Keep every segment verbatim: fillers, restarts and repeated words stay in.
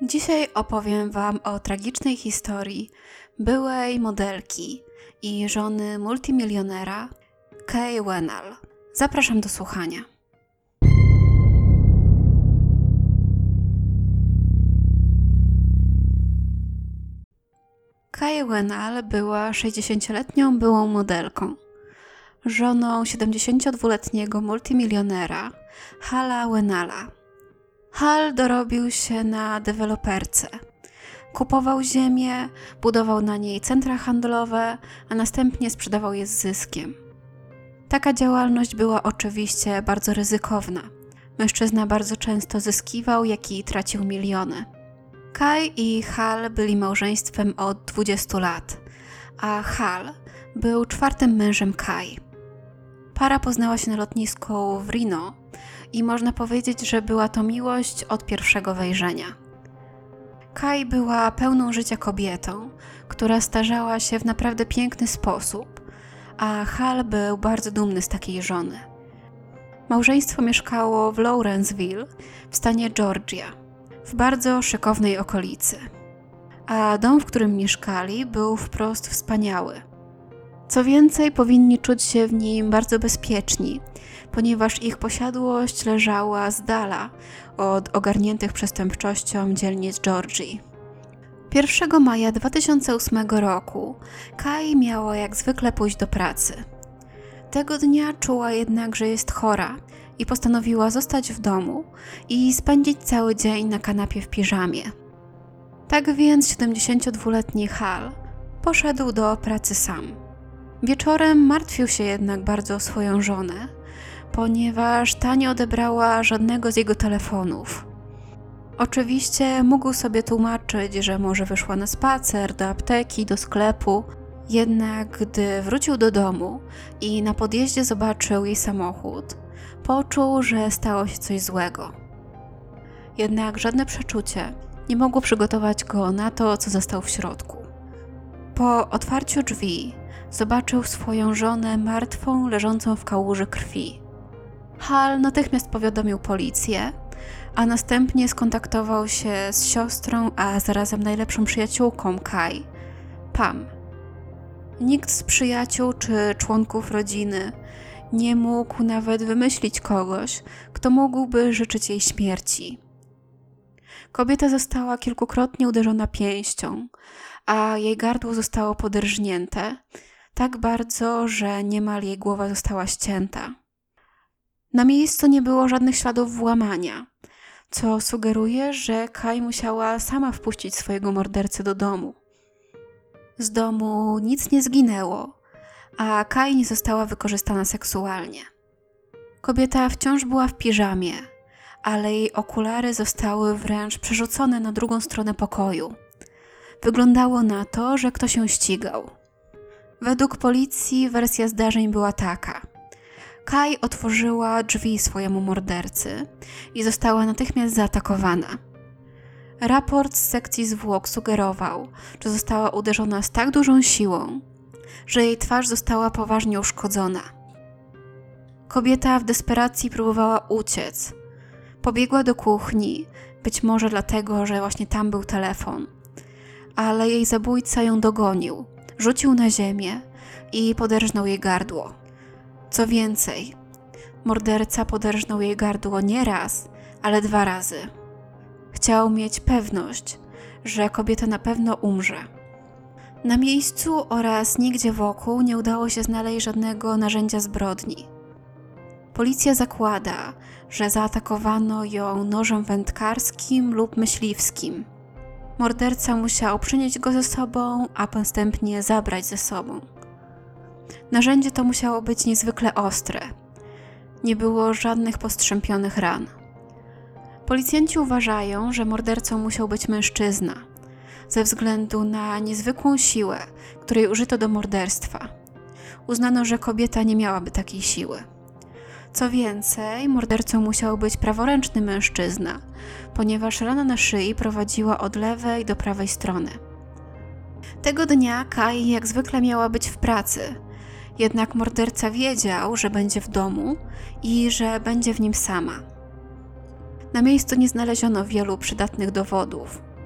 Dzisiaj opowiem Wam o tragicznej historii byłej modelki i żony multimilionera Kay Wennall. Zapraszam do słuchania. Kay Wennall była sześćdziesięcioletnią byłą modelką, żoną siedemdziesięciodwuletniego multimilionera Hala Wennalla. Hal dorobił się na deweloperce. Kupował ziemię, budował na niej centra handlowe, a następnie sprzedawał je z zyskiem. Taka działalność była oczywiście bardzo ryzykowna. Mężczyzna bardzo często zyskiwał, jak i tracił miliony. Kay i Hal byli małżeństwem od dwudziestu lat, a Hal był czwartym mężem Kay. Para poznała się na lotnisku w Reno i można powiedzieć, że była to miłość od pierwszego wejrzenia. Kay była pełną życia kobietą, która starzała się w naprawdę piękny sposób, a Hal był bardzo dumny z takiej żony. Małżeństwo mieszkało w Lawrenceville w stanie Georgia, w bardzo szykownej okolicy, a dom, w którym mieszkali, był wprost wspaniały. Co więcej, powinni czuć się w nim bardzo bezpieczni, ponieważ ich posiadłość leżała z dala od ogarniętych przestępczością dzielnic Georgii. pierwszego maja dwa tysiące ósmego roku Kay miała jak zwykle pójść do pracy. Tego dnia czuła jednak, że jest chora i postanowiła zostać w domu i spędzić cały dzień na kanapie w piżamie. Tak więc siedemdziesięciodwuletni Hal poszedł do pracy sam. Wieczorem martwił się jednak bardzo o swoją żonę, ponieważ ta nie odebrała żadnego z jego telefonów. Oczywiście mógł sobie tłumaczyć, że może wyszła na spacer, do apteki, do sklepu, jednak gdy wrócił do domu i na podjeździe zobaczył jej samochód, poczuł, że stało się coś złego. Jednak żadne przeczucie nie mogło przygotować go na to, co zastał w środku. Po otwarciu drzwi zobaczył swoją żonę martwą, leżącą w kałuży krwi. Hal natychmiast powiadomił policję, a następnie skontaktował się z siostrą, a zarazem najlepszą przyjaciółką Kay, Pam. Nikt z przyjaciół czy członków rodziny nie mógł nawet wymyślić kogoś, kto mógłby życzyć jej śmierci. Kobieta została kilkukrotnie uderzona pięścią, a jej gardło zostało poderżnięte, tak bardzo, że niemal jej głowa została ścięta. Na miejscu nie było żadnych śladów włamania, co sugeruje, że Kay musiała sama wpuścić swojego mordercę do domu. Z domu nic nie zginęło, a Kay nie została wykorzystana seksualnie. Kobieta wciąż była w piżamie, ale jej okulary zostały wręcz przerzucone na drugą stronę pokoju. Wyglądało na to, że ktoś ją ścigał. Według policji wersja zdarzeń była taka. Kay otworzyła drzwi swojemu mordercy i została natychmiast zaatakowana. Raport z sekcji zwłok sugerował, że została uderzona z tak dużą siłą, że jej twarz została poważnie uszkodzona. Kobieta w desperacji próbowała uciec. Pobiegła do kuchni, być może dlatego, że właśnie tam był telefon, ale jej zabójca ją dogonił, rzucił na ziemię i poderżnął jej gardło. Co więcej, morderca poderżnął jej gardło nie raz, ale dwa razy. Chciał mieć pewność, że kobieta na pewno umrze. Na miejscu oraz nigdzie wokół nie udało się znaleźć żadnego narzędzia zbrodni. Policja zakłada, że zaatakowano ją nożem wędkarskim lub myśliwskim. Morderca musiał przynieść go ze sobą, a następnie zabrać ze sobą. Narzędzie to musiało być niezwykle ostre. Nie było żadnych postrzępionych ran. Policjanci uważają, że mordercą musiał być mężczyzna, ze względu na niezwykłą siłę, której użyto do morderstwa. Uznano, że kobieta nie miałaby takiej siły. Co więcej, mordercą musiał być praworęczny mężczyzna, ponieważ rana na szyi prowadziła od lewej do prawej strony. Tego dnia Kay jak zwykle miała być w pracy, jednak morderca wiedział, że będzie w domu i że będzie w nim sama. Na miejscu nie znaleziono wielu przydatnych dowodów.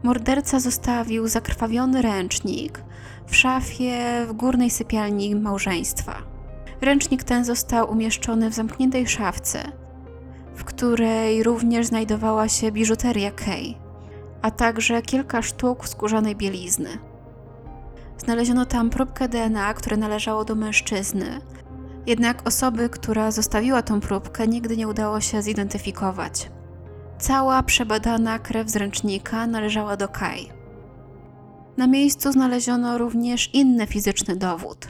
Morderca zostawił zakrwawiony ręcznik w szafie w górnej sypialni małżeństwa. Ręcznik ten został umieszczony w zamkniętej szafce, w której również znajdowała się biżuteria Kay, a także kilka sztuk skórzanej bielizny. Znaleziono tam próbkę D N A, które należało do mężczyzny, jednak osoby, która zostawiła tą próbkę, nigdy nie udało się zidentyfikować. Cała przebadana krew z ręcznika należała do Kay. Na miejscu znaleziono również inny fizyczny dowód.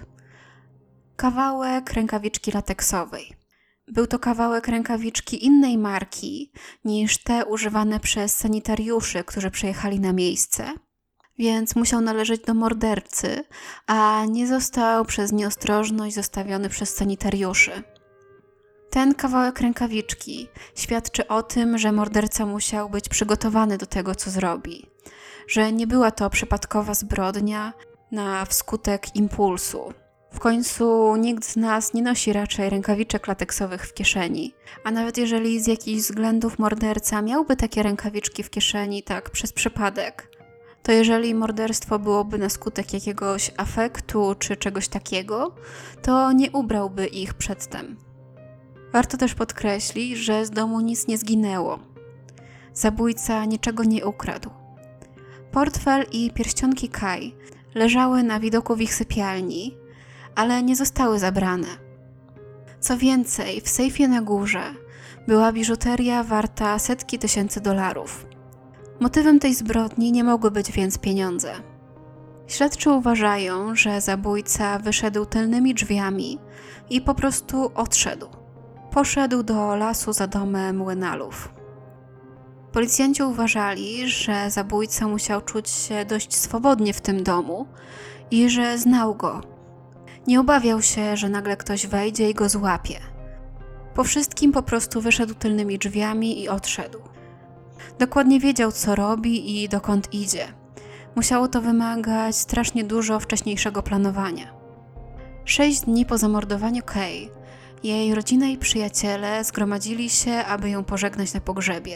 Kawałek rękawiczki lateksowej. Był to kawałek rękawiczki innej marki niż te używane przez sanitariuszy, którzy przyjechali na miejsce, więc musiał należeć do mordercy, a nie został przez nieostrożność zostawiony przez sanitariuszy. Ten kawałek rękawiczki świadczy o tym, że morderca musiał być przygotowany do tego, co zrobi, że nie była to przypadkowa zbrodnia na wskutek impulsu. W końcu nikt z nas nie nosi raczej rękawiczek lateksowych w kieszeni, a nawet jeżeli z jakichś względów morderca miałby takie rękawiczki w kieszeni tak przez przypadek, to jeżeli morderstwo byłoby na skutek jakiegoś afektu czy czegoś takiego, to nie ubrałby ich przedtem. Warto też podkreślić, że z domu nic nie zginęło. Zabójca niczego nie ukradł. Portfel i pierścionki Kay leżały na widoku w ich sypialni, ale nie zostały zabrane. Co więcej, w sejfie na górze była biżuteria warta setki tysięcy dolarów. Motywem tej zbrodni nie mogły być więc pieniądze. Śledczy uważają, że zabójca wyszedł tylnymi drzwiami i po prostu odszedł. Poszedł do lasu za domem Wenalów. Policjanci uważali, że zabójca musiał czuć się dość swobodnie w tym domu i że znał go. Nie obawiał się, że nagle ktoś wejdzie i go złapie. Po wszystkim po prostu wyszedł tylnymi drzwiami i odszedł. Dokładnie wiedział, co robi i dokąd idzie. Musiało to wymagać strasznie dużo wcześniejszego planowania. Sześć dni po zamordowaniu Kay, jej rodzina i przyjaciele zgromadzili się, aby ją pożegnać na pogrzebie.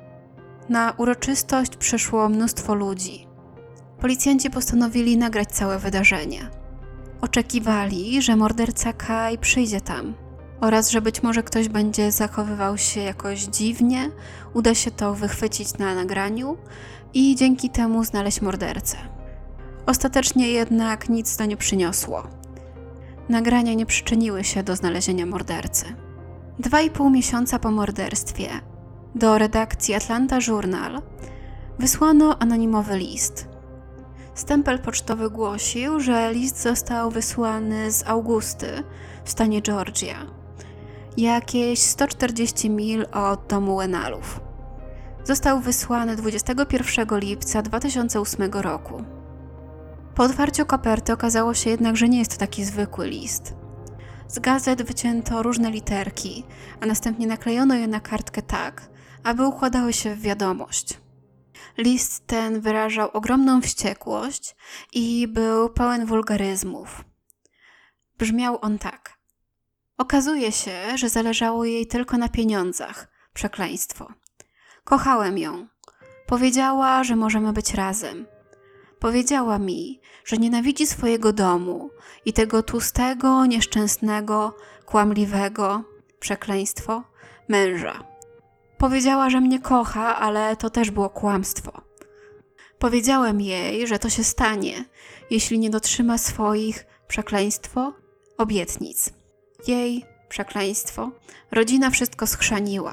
Na uroczystość przyszło mnóstwo ludzi. Policjanci postanowili nagrać całe wydarzenie. Oczekiwali, że morderca Kay przyjdzie tam oraz że być może ktoś będzie zachowywał się jakoś dziwnie, uda się to wychwycić na nagraniu i dzięki temu znaleźć mordercę. Ostatecznie jednak nic to nie przyniosło. Nagrania nie przyczyniły się do znalezienia mordercy. Dwa i pół miesiąca po morderstwie do redakcji Atlanta Journal wysłano anonimowy list. Stempel pocztowy głosił, że list został wysłany z Augusty w stanie Georgia, jakieś sto czterdzieści mil od domu Wenalów. Został wysłany dwudziestego pierwszego lipca dwa tysiące ósmego roku. Po otwarciu koperty okazało się jednak, że nie jest to taki zwykły list. Z gazet wycięto różne literki, a następnie naklejono je na kartkę tak, aby układały się w wiadomość. List ten wyrażał ogromną wściekłość i był pełen wulgaryzmów. Brzmiał on tak. Okazuje się, że zależało jej tylko na pieniądzach. Przekleństwo. Kochałem ją. Powiedziała, że możemy być razem. Powiedziała mi, że nienawidzi swojego domu i tego tłustego, nieszczęsnego, kłamliwego, przekleństwo, męża. Powiedziała, że mnie kocha, ale to też było kłamstwo. Powiedziałem jej, że to się stanie, jeśli nie dotrzyma swoich, przekleństwo, obietnic. Jej, przekleństwo, rodzina wszystko schrzaniła.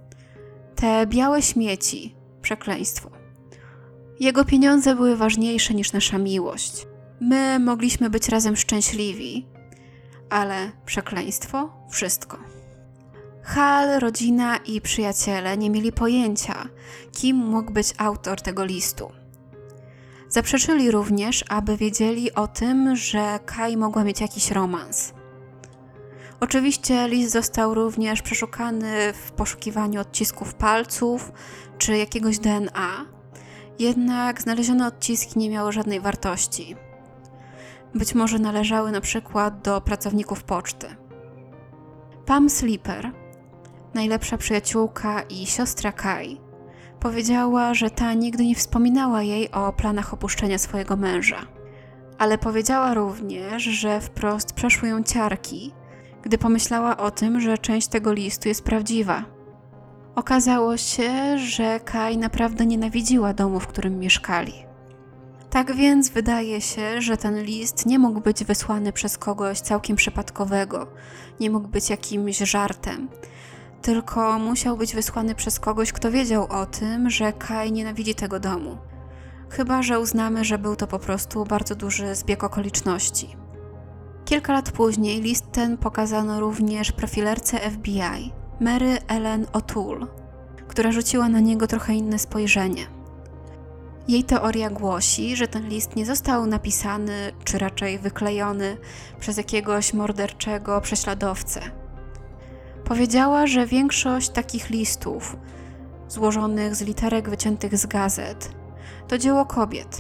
Te białe śmieci, przekleństwo. Jego pieniądze były ważniejsze niż nasza miłość. My mogliśmy być razem szczęśliwi, ale przekleństwo, wszystko. Hal, rodzina i przyjaciele nie mieli pojęcia, kim mógł być autor tego listu. Zaprzeczyli również, aby wiedzieli o tym, że Kay mogła mieć jakiś romans. Oczywiście list został również przeszukany w poszukiwaniu odcisków palców czy jakiegoś D N A, jednak znalezione odciski nie miały żadnej wartości. Być może należały na przykład do pracowników poczty. Pam Sleeper, najlepsza przyjaciółka i siostra Kay, Powiedziała, że ta nigdy nie wspominała jej o planach opuszczenia swojego męża. Ale powiedziała również, że wprost przeszły ją ciarki, gdy pomyślała o tym, że część tego listu jest prawdziwa. Okazało się, że Kai naprawdę nienawidziła domu, w którym mieszkali. Tak więc wydaje się, że ten list nie mógł być wysłany przez kogoś całkiem przypadkowego, nie mógł być jakimś żartem, tylko musiał być wysłany przez kogoś, kto wiedział o tym, że Kai nienawidzi tego domu. Chyba że uznamy, że był to po prostu bardzo duży zbieg okoliczności. Kilka lat później list ten pokazano również profilerce F B I, Mary Ellen O'Toole, która rzuciła na niego trochę inne spojrzenie. Jej teoria głosi, że ten list nie został napisany, czy raczej wyklejony przez jakiegoś morderczego prześladowcę. Powiedziała, że większość takich listów, złożonych z literek wyciętych z gazet, to dzieło kobiet.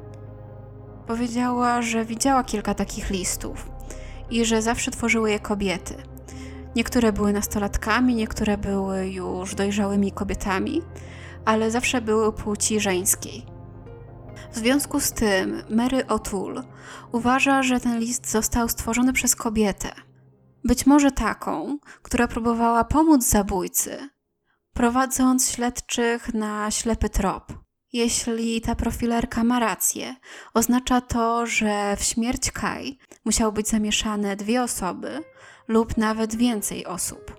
Powiedziała, że widziała kilka takich listów i że zawsze tworzyły je kobiety. Niektóre były nastolatkami, niektóre były już dojrzałymi kobietami, ale zawsze były płci żeńskiej. W związku z tym Mary O'Toole uważa, że ten list został stworzony przez kobietę. Być może taką, która próbowała pomóc zabójcy, prowadząc śledczych na ślepy trop. Jeśli ta profilerka ma rację, oznacza to, że w śmierć Kai musiały być zamieszane dwie osoby lub nawet więcej osób.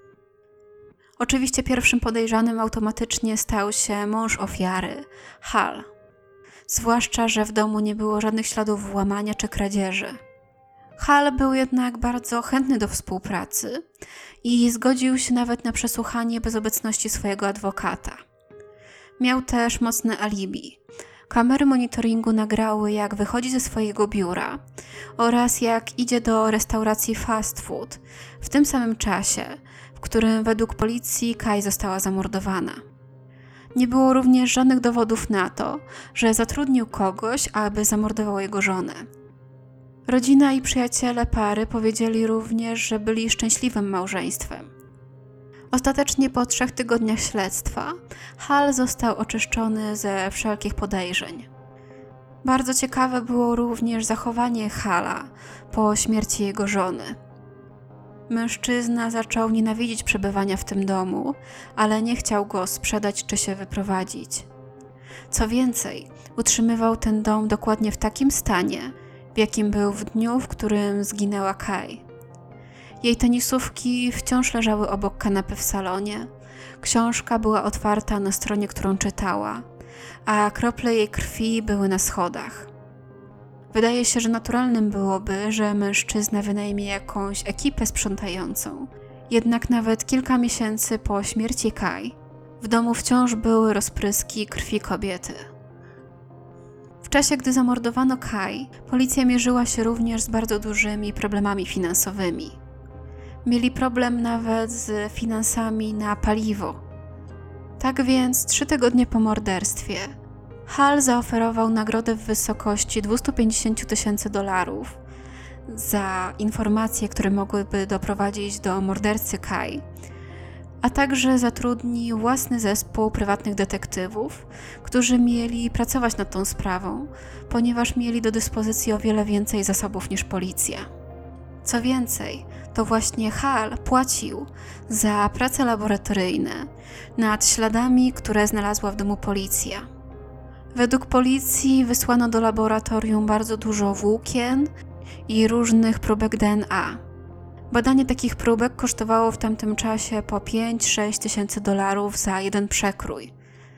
Oczywiście pierwszym podejrzanym automatycznie stał się mąż ofiary, Hal. Zwłaszcza, że w domu nie było żadnych śladów włamania czy kradzieży. Hal był jednak bardzo chętny do współpracy i zgodził się nawet na przesłuchanie bez obecności swojego adwokata. Miał też mocne alibi. Kamery monitoringu nagrały, jak wychodzi ze swojego biura oraz jak idzie do restauracji fast food w tym samym czasie, w którym według policji Kai została zamordowana. Nie było również żadnych dowodów na to, że zatrudnił kogoś, aby zamordował jego żonę. Rodzina i przyjaciele pary powiedzieli również, że byli szczęśliwym małżeństwem. Ostatecznie po trzech tygodniach śledztwa Hal został oczyszczony ze wszelkich podejrzeń. Bardzo ciekawe było również zachowanie Hala po śmierci jego żony. Mężczyzna zaczął nienawidzić przebywania w tym domu, ale nie chciał go sprzedać czy się wyprowadzić. Co więcej, utrzymywał ten dom dokładnie w takim stanie, w jakim był w dniu, w którym zginęła Kai. Jej tenisówki wciąż leżały obok kanapy w salonie, książka była otwarta na stronie, którą czytała, a krople jej krwi były na schodach. Wydaje się, że naturalnym byłoby, że mężczyzna wynajmie jakąś ekipę sprzątającą. Jednak nawet kilka miesięcy po śmierci Kai w domu wciąż były rozpryski krwi kobiety. W czasie, gdy zamordowano Kai, policja mierzyła się również z bardzo dużymi problemami finansowymi. Mieli problem nawet z finansami na paliwo. Tak więc trzy tygodnie po morderstwie Hal zaoferował nagrodę w wysokości dwieście pięćdziesiąt tysięcy dolarów za informacje, które mogłyby doprowadzić do mordercy Kai, a także zatrudnił własny zespół prywatnych detektywów, którzy mieli pracować nad tą sprawą, ponieważ mieli do dyspozycji o wiele więcej zasobów niż policja. Co więcej, to właśnie Hal płacił za prace laboratoryjne nad śladami, które znalazła w domu policja. Według policji wysłano do laboratorium bardzo dużo włókien i różnych próbek D N A. Badanie takich próbek kosztowało w tamtym czasie po pięć sześć tysięcy dolarów za jeden przekrój.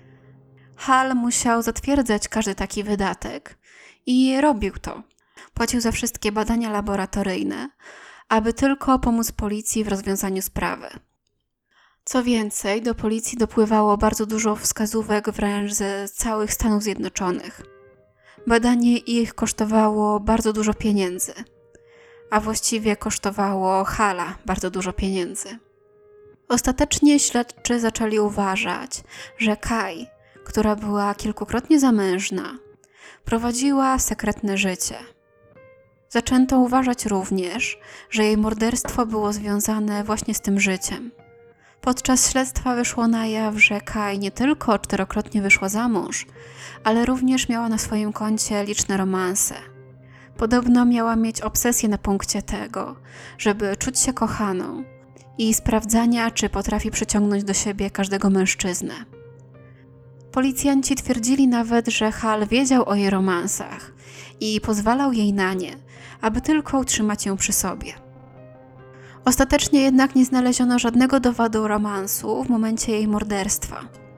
Hal musiał zatwierdzać każdy taki wydatek i robił to. Płacił za wszystkie badania laboratoryjne, aby tylko pomóc policji w rozwiązaniu sprawy. Co więcej, do policji dopływało bardzo dużo wskazówek wręcz ze całych Stanów Zjednoczonych. Badanie ich kosztowało bardzo dużo pieniędzy, a właściwie kosztowało Hala bardzo dużo pieniędzy. Ostatecznie śledczy zaczęli uważać, że Kai, która była kilkukrotnie zamężna, prowadziła sekretne życie. Zaczęto uważać również, że jej morderstwo było związane właśnie z tym życiem. Podczas śledztwa wyszło na jaw, że Kai nie tylko czterokrotnie wyszła za mąż, ale również miała na swoim koncie liczne romanse. Podobno miała mieć obsesję na punkcie tego, żeby czuć się kochaną i sprawdzania, czy potrafi przyciągnąć do siebie każdego mężczyznę. Policjanci twierdzili nawet, że Hal wiedział o jej romansach i pozwalał jej na nie, aby tylko utrzymać ją przy sobie. Ostatecznie jednak nie znaleziono żadnego dowodu romansu w momencie jej morderstwa.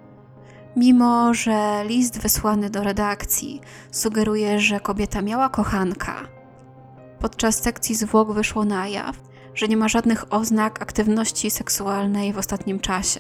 Mimo że list wysłany do redakcji sugeruje, że kobieta miała kochanka, podczas sekcji zwłok wyszło na jaw, że nie ma żadnych oznak aktywności seksualnej w ostatnim czasie.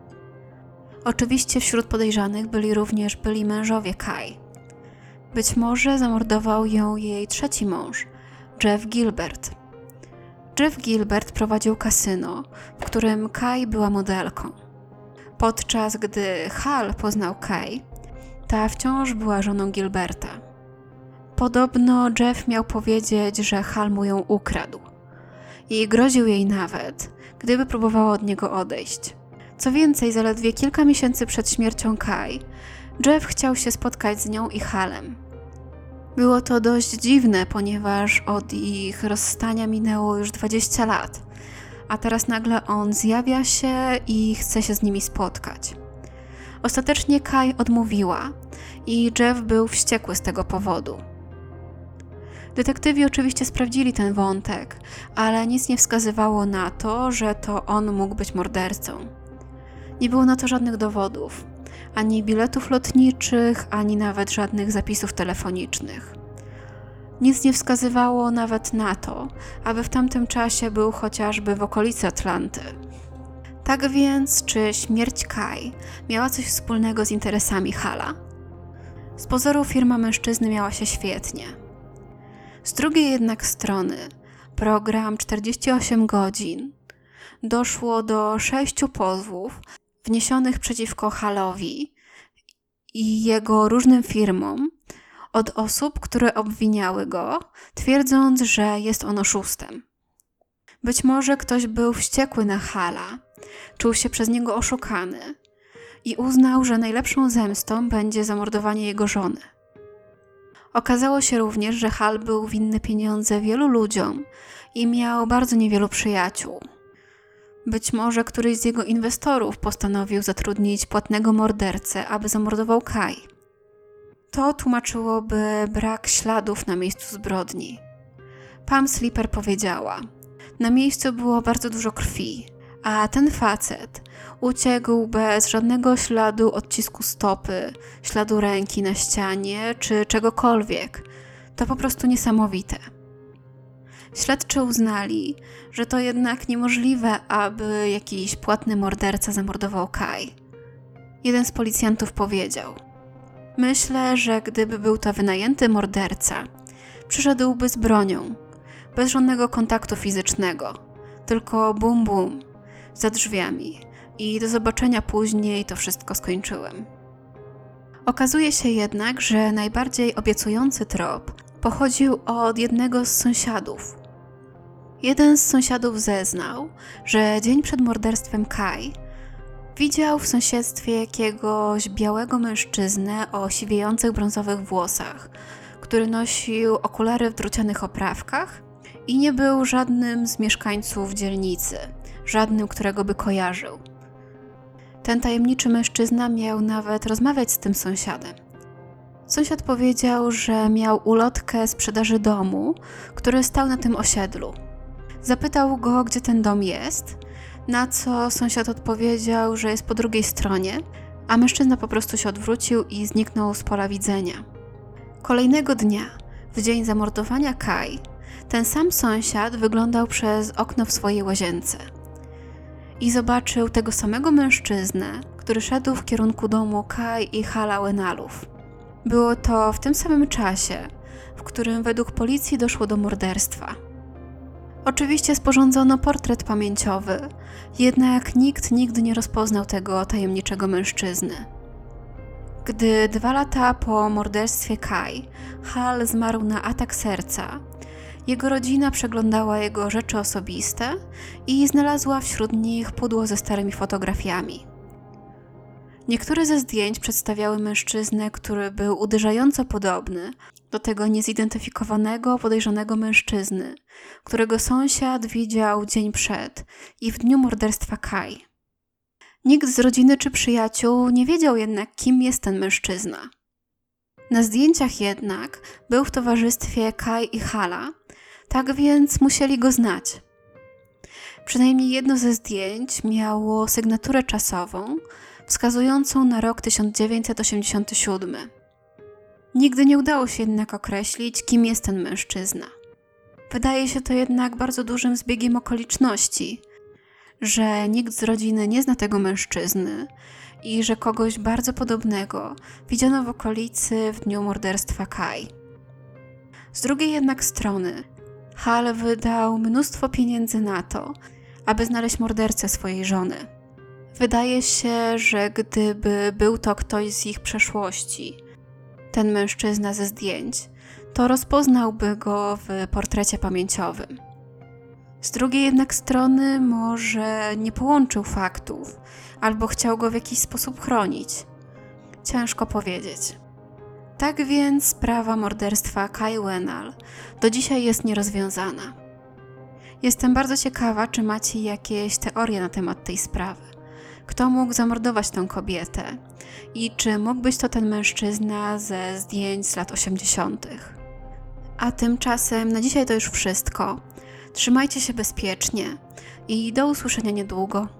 Oczywiście wśród podejrzanych byli również byli mężowie Kai. Być może zamordował ją jej trzeci mąż, Jeff Gilbert. Jeff Gilbert prowadził kasyno, w którym Kai była modelką. Podczas gdy Hal poznał Kai, ta wciąż była żoną Gilberta. Podobno Jeff miał powiedzieć, że Hal mu ją ukradł i groził jej nawet, gdyby próbowała od niego odejść. Co więcej, zaledwie kilka miesięcy przed śmiercią Kai, Jeff chciał się spotkać z nią i Halem. Było to dość dziwne, ponieważ od ich rozstania minęło już dwadzieścia lat, a teraz nagle on zjawia się i chce się z nimi spotkać. Ostatecznie Kai odmówiła i Jeff był wściekły z tego powodu. Detektywi oczywiście sprawdzili ten wątek, ale nic nie wskazywało na to, że to on mógł być mordercą. Nie było na to żadnych dowodów, ani biletów lotniczych, ani nawet żadnych zapisów telefonicznych. Nic nie wskazywało nawet na to, aby w tamtym czasie był chociażby w okolicy Atlanty. Tak więc, czy śmierć Kai miała coś wspólnego z interesami Hala? Z pozoru firma mężczyzny miała się świetnie. Z drugiej jednak strony, program czterdzieści osiem godzin, doszło do sześciu pozwów wniesionych przeciwko Halowi i jego różnym firmom od osób, które obwiniały go, twierdząc, że jest on oszustem. Być może ktoś był wściekły na Hala, czuł się przez niego oszukany i uznał, że najlepszą zemstą będzie zamordowanie jego żony. Okazało się również, że Hal był winny pieniądze wielu ludziom i miał bardzo niewielu przyjaciół. Być może któryś z jego inwestorów postanowił zatrudnić płatnego mordercę, aby zamordował Kai. To tłumaczyłoby brak śladów na miejscu zbrodni. Pam Slipper powiedziała: na miejscu było bardzo dużo krwi, a ten facet uciekł bez żadnego śladu odcisku stopy, śladu ręki na ścianie czy czegokolwiek. To po prostu niesamowite. Śledczy uznali, że to jednak niemożliwe, aby jakiś płatny morderca zamordował Kai. Jeden z policjantów powiedział: myślę, że gdyby był to wynajęty morderca, przyszedłby z bronią, bez żadnego kontaktu fizycznego, tylko bum bum, za drzwiami i do zobaczenia później, to wszystko skończyłem. Okazuje się jednak, że najbardziej obiecujący trop pochodził od jednego z sąsiadów. Jeden z sąsiadów zeznał, że dzień przed morderstwem Kai widział w sąsiedztwie jakiegoś białego mężczyznę o siwiejących brązowych włosach, który nosił okulary w drucianych oprawkach i nie był żadnym z mieszkańców dzielnicy, żadnym, którego by kojarzył. Ten tajemniczy mężczyzna miał nawet rozmawiać z tym sąsiadem. Sąsiad powiedział, że miał ulotkę sprzedaży domu, który stał na tym osiedlu. Zapytał go, gdzie ten dom jest, na co sąsiad odpowiedział, że jest po drugiej stronie, a mężczyzna po prostu się odwrócił i zniknął z pola widzenia. Kolejnego dnia, w dzień zamordowania Kai, ten sam sąsiad wyglądał przez okno w swojej łazience i zobaczył tego samego mężczyznę, który szedł w kierunku domu Kai i Hala Wenalów. Było to w tym samym czasie, w którym według policji doszło do morderstwa. Oczywiście sporządzono portret pamięciowy, jednak nikt nigdy nie rozpoznał tego tajemniczego mężczyzny. Gdy dwa lata po morderstwie Kai, Hal zmarł na atak serca, Jego rodzina przeglądała jego rzeczy osobiste i znalazła wśród nich pudło ze starymi fotografiami. Niektóre ze zdjęć przedstawiały mężczyznę, który był uderzająco podobny do tego niezidentyfikowanego, podejrzanego mężczyzny, którego sąsiad widział dzień przed i w dniu morderstwa Kai. Nikt z rodziny czy przyjaciół nie wiedział jednak, kim jest ten mężczyzna. Na zdjęciach jednak był w towarzystwie Kai i Hala, tak więc musieli go znać. Przynajmniej jedno ze zdjęć miało sygnaturę czasową, wskazującą na rok tysiąc dziewięćset osiemdziesiąty siódmy. Nigdy nie udało się jednak określić, kim jest ten mężczyzna. Wydaje się to jednak bardzo dużym zbiegiem okoliczności, że nikt z rodziny nie zna tego mężczyzny i że kogoś bardzo podobnego widziano w okolicy w dniu morderstwa Kai. Z drugiej jednak strony Hal wydał mnóstwo pieniędzy na to, aby znaleźć mordercę swojej żony. Wydaje się, że gdyby był to ktoś z ich przeszłości, ten mężczyzna ze zdjęć, to rozpoznałby go w portrecie pamięciowym. Z drugiej jednak strony może nie połączył faktów, albo chciał go w jakiś sposób chronić. Ciężko powiedzieć. Tak więc sprawa morderstwa Kai Wennall do dzisiaj jest nierozwiązana. Jestem bardzo ciekawa, czy macie jakieś teorie na temat tej sprawy. Kto mógł zamordować tę kobietę? I czy mógł być to ten mężczyzna ze zdjęć z lat osiemdziesiątych? A tymczasem na dzisiaj to już wszystko. Trzymajcie się bezpiecznie i do usłyszenia niedługo.